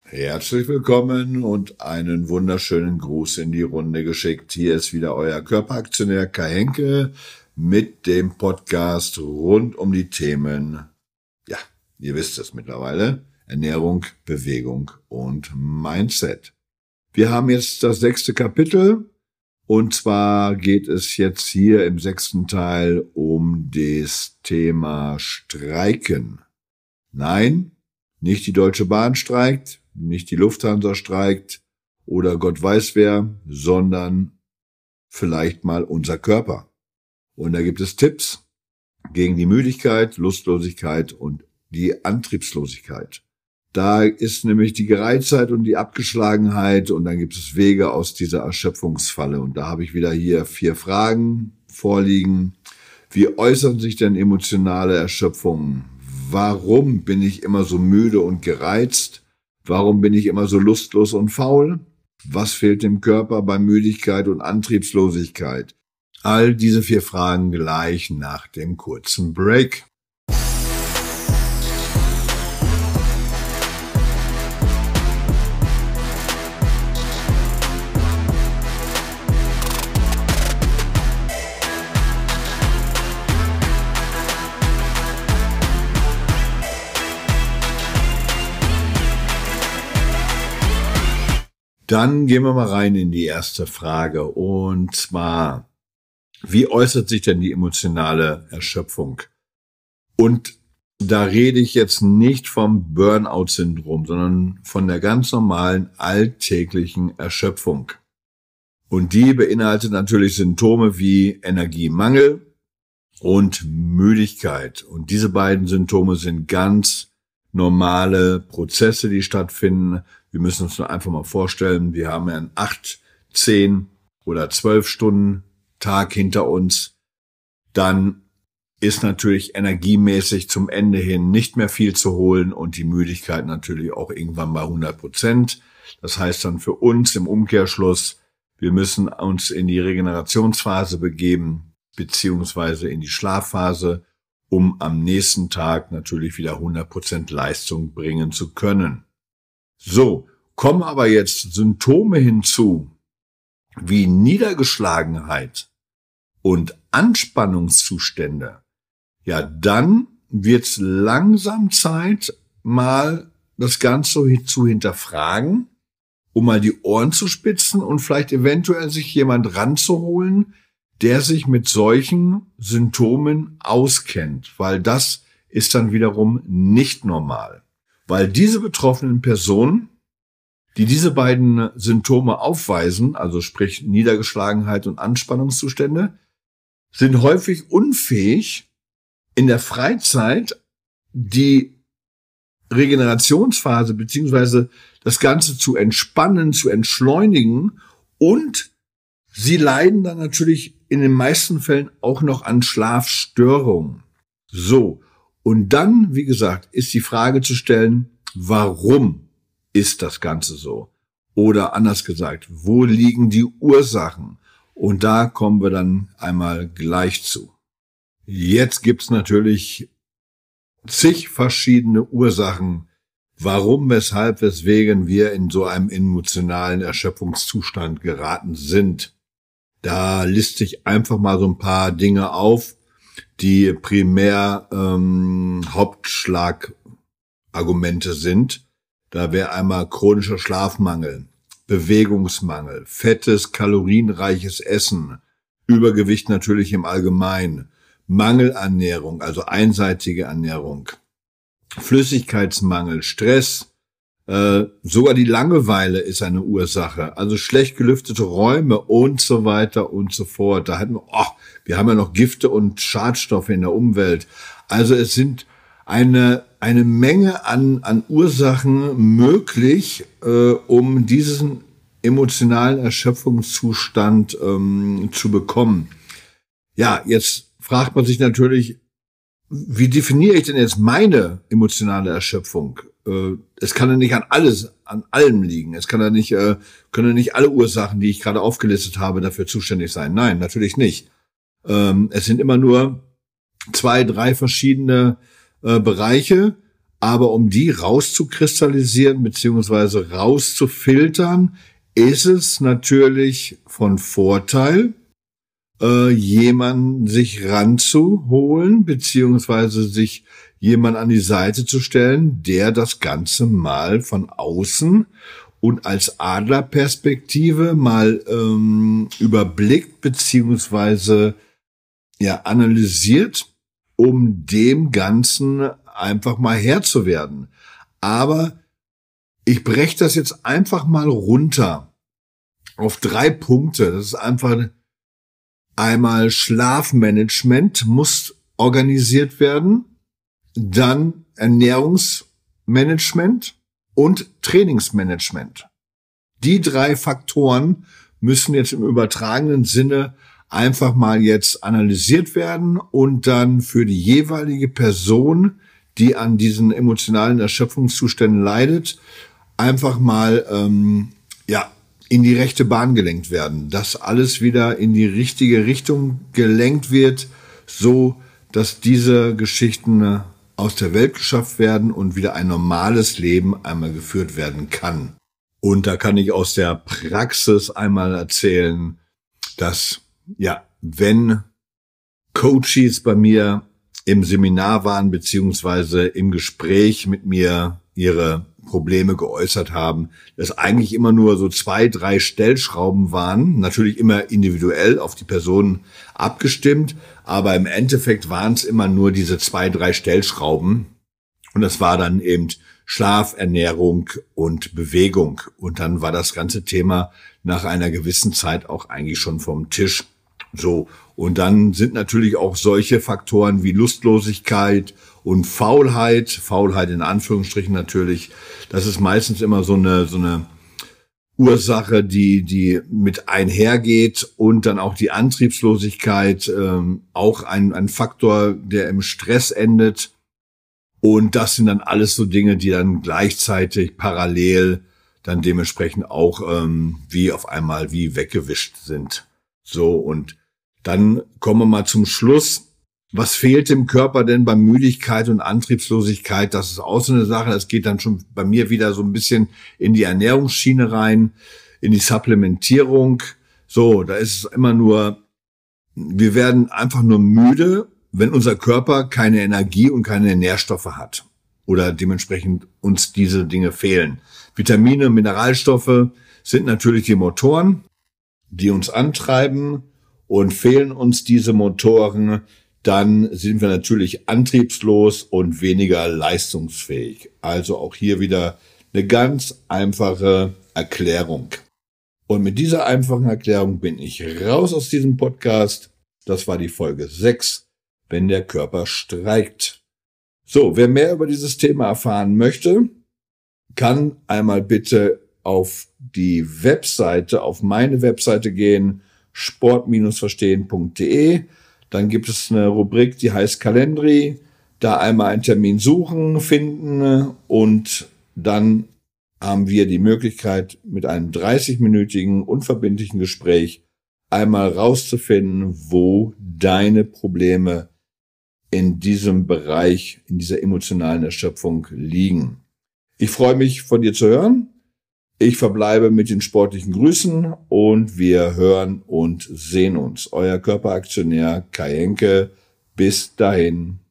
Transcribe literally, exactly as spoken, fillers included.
Herzlich willkommen und einen wunderschönen Gruß in die Runde geschickt. Hier ist wieder euer Körperaktionär Kai Henke mit dem Podcast rund um die Themen, ja, ihr wisst es mittlerweile, Ernährung, Bewegung und Mindset. Wir haben jetzt das sechste Kapitel und zwar geht es jetzt hier im sechsten Teil um das Thema Streiken. Nein, nicht die Deutsche Bahn streikt, nicht die Lufthansa streikt oder Gott weiß wer, sondern vielleicht mal unser Körper. Und da gibt es Tipps gegen die Müdigkeit, Lustlosigkeit und die Antriebslosigkeit. Da ist nämlich die Gereiztheit und die Abgeschlagenheit und dann gibt es Wege aus dieser Erschöpfungsfalle. Und da habe ich wieder hier vier Fragen vorliegen. Wie äußern sich denn emotionale Erschöpfungen? Warum bin ich immer so müde und gereizt? Warum bin ich immer so lustlos und faul? Was fehlt dem Körper bei Müdigkeit und Antriebslosigkeit? All diese vier Fragen gleich nach dem kurzen Break. Dann gehen wir mal rein in die erste Frage und zwar, wie äußert sich denn die emotionale Erschöpfung? Und da rede ich jetzt nicht vom Burnout-Syndrom, sondern von der ganz normalen alltäglichen Erschöpfung. Und die beinhaltet natürlich Symptome wie Energiemangel und Müdigkeit. Und diese beiden Symptome sind ganz normale Prozesse, die stattfinden. Wir müssen uns nur einfach mal vorstellen, wir haben ja einen acht, zehn oder zwölf Stunden Tag hinter uns. Dann ist natürlich energiemäßig zum Ende hin nicht mehr viel zu holen und die Müdigkeit natürlich auch irgendwann bei hundert Prozent. Das heißt dann für uns im Umkehrschluss, wir müssen uns in die Regenerationsphase begeben, beziehungsweise in die Schlafphase, um am nächsten Tag natürlich wieder hundert Prozent Leistung bringen zu können. So, kommen aber jetzt Symptome hinzu, wie Niedergeschlagenheit und Anspannungszustände. Ja, dann wird's langsam Zeit, mal das Ganze zu hinterfragen, um mal die Ohren zu spitzen und vielleicht eventuell sich jemand ranzuholen, der sich mit solchen Symptomen auskennt, weil das ist dann wiederum nicht normal. Weil diese betroffenen Personen, die diese beiden Symptome aufweisen, also sprich Niedergeschlagenheit und Anspannungszustände, sind häufig unfähig, in der Freizeit die Regenerationsphase beziehungsweise das Ganze zu entspannen, zu entschleunigen und sie leiden dann natürlich in den meisten Fällen auch noch an Schlafstörungen. So, und dann, wie gesagt, ist die Frage zu stellen, warum ist das Ganze so? Oder anders gesagt, wo liegen die Ursachen? Und da kommen wir dann einmal gleich zu. Jetzt gibt's natürlich zig verschiedene Ursachen, warum, weshalb, weswegen wir in so einem emotionalen Erschöpfungszustand geraten sind. Da liste ich einfach mal so ein paar Dinge auf, die primär ähm, Hauptschlagargumente sind. Da wäre einmal chronischer Schlafmangel, Bewegungsmangel, fettes, kalorienreiches Essen, Übergewicht natürlich im Allgemeinen, Mangelernährung, also einseitige Ernährung, Flüssigkeitsmangel, Stress, äh, sogar die Langeweile ist eine Ursache, also schlecht gelüftete Räume und so weiter und so fort. Da hatten wir, oh, wir haben ja noch Gifte und Schadstoffe in der Umwelt. Also es sind eine eine Menge an an Ursachen möglich, äh, um diesen emotionalen Erschöpfungszustand ähm, zu bekommen. Ja, jetzt fragt man sich natürlich, wie definiere ich denn jetzt meine emotionale Erschöpfung? Äh, es kann ja nicht an alles, an allem liegen. Es kann ja nicht, äh, können ja nicht alle Ursachen, die ich gerade aufgelistet habe, dafür zuständig sein. Nein, natürlich nicht. Ähm, es sind immer nur zwei, drei verschiedene äh, Bereiche, Aber um die rauszukristallisieren bzw. rauszufiltern, ist es natürlich von Vorteil, äh, jemanden sich ranzuholen bzw. sich jemand an die Seite zu stellen, der das Ganze mal von außen und als Adlerperspektive mal ähm, überblickt bzw. ja analysiert, um dem Ganzen einfach mal Herr zu werden. Aber ich breche das jetzt einfach mal runter auf drei Punkte. Das ist einfach einmal Schlafmanagement muss organisiert werden, dann Ernährungsmanagement und Trainingsmanagement. Die drei Faktoren müssen jetzt im übertragenen Sinne einfach mal jetzt analysiert werden und dann für die jeweilige Person, die an diesen emotionalen Erschöpfungszuständen leidet, einfach mal ähm, ja in die rechte Bahn gelenkt werden, dass alles wieder in die richtige Richtung gelenkt wird, so dass diese Geschichten aus der Welt geschafft werden und wieder ein normales Leben einmal geführt werden kann. Und da kann ich aus der Praxis einmal erzählen, dass ja, wenn Coaches bei mir im Seminar waren beziehungsweise im Gespräch mit mir ihre Probleme geäußert haben, dass eigentlich immer nur so zwei, drei Stellschrauben waren, natürlich immer individuell auf die Person abgestimmt, aber im Endeffekt waren es immer nur diese zwei, drei Stellschrauben und das war dann eben Schlaf, Ernährung und Bewegung und dann war das ganze Thema nach einer gewissen Zeit auch eigentlich schon vom Tisch. So, und dann sind natürlich auch solche Faktoren wie Lustlosigkeit und Faulheit, Faulheit in Anführungsstrichen natürlich, das ist meistens immer so eine so eine Ursache, die die mit einhergeht und dann auch die Antriebslosigkeit, ähm, auch ein ein Faktor, der im Stress endet. Und das sind dann alles so Dinge, die dann gleichzeitig parallel dann dementsprechend auch ähm, wie auf einmal wie weggewischt sind. So, und dann kommen wir mal zum Schluss. Was fehlt dem Körper denn bei Müdigkeit und Antriebslosigkeit? Das ist auch so eine Sache. Das geht dann schon bei mir wieder so ein bisschen in die Ernährungsschiene rein, in die Supplementierung. So, da ist es immer nur, wir werden einfach nur müde, wenn unser Körper keine Energie und keine Nährstoffe hat. Oder dementsprechend uns diese Dinge fehlen. Vitamine, Mineralstoffe sind natürlich die Motoren, die uns antreiben, und fehlen uns diese Motoren, dann sind wir natürlich antriebslos und weniger leistungsfähig. Also auch hier wieder eine ganz einfache Erklärung. Und mit dieser einfachen Erklärung bin ich raus aus diesem Podcast. Das war die Folge sechs, wenn der Körper streikt. So, wer mehr über dieses Thema erfahren möchte, kann einmal bitte auf die Webseite, auf meine Webseite gehen, sport verstehen punkt de. Dann gibt es eine Rubrik, die heißt Calendly. Da einmal einen Termin suchen, finden und dann haben wir die Möglichkeit, mit einem dreißig-minütigen unverbindlichen Gespräch einmal rauszufinden, wo deine Probleme in diesem Bereich, in dieser emotionalen Erschöpfung liegen. Ich freue mich, von dir zu hören. Ich verbleibe mit den sportlichen Grüßen und wir hören und sehen uns. Euer Körperaktionär Kai Henke. Bis dahin.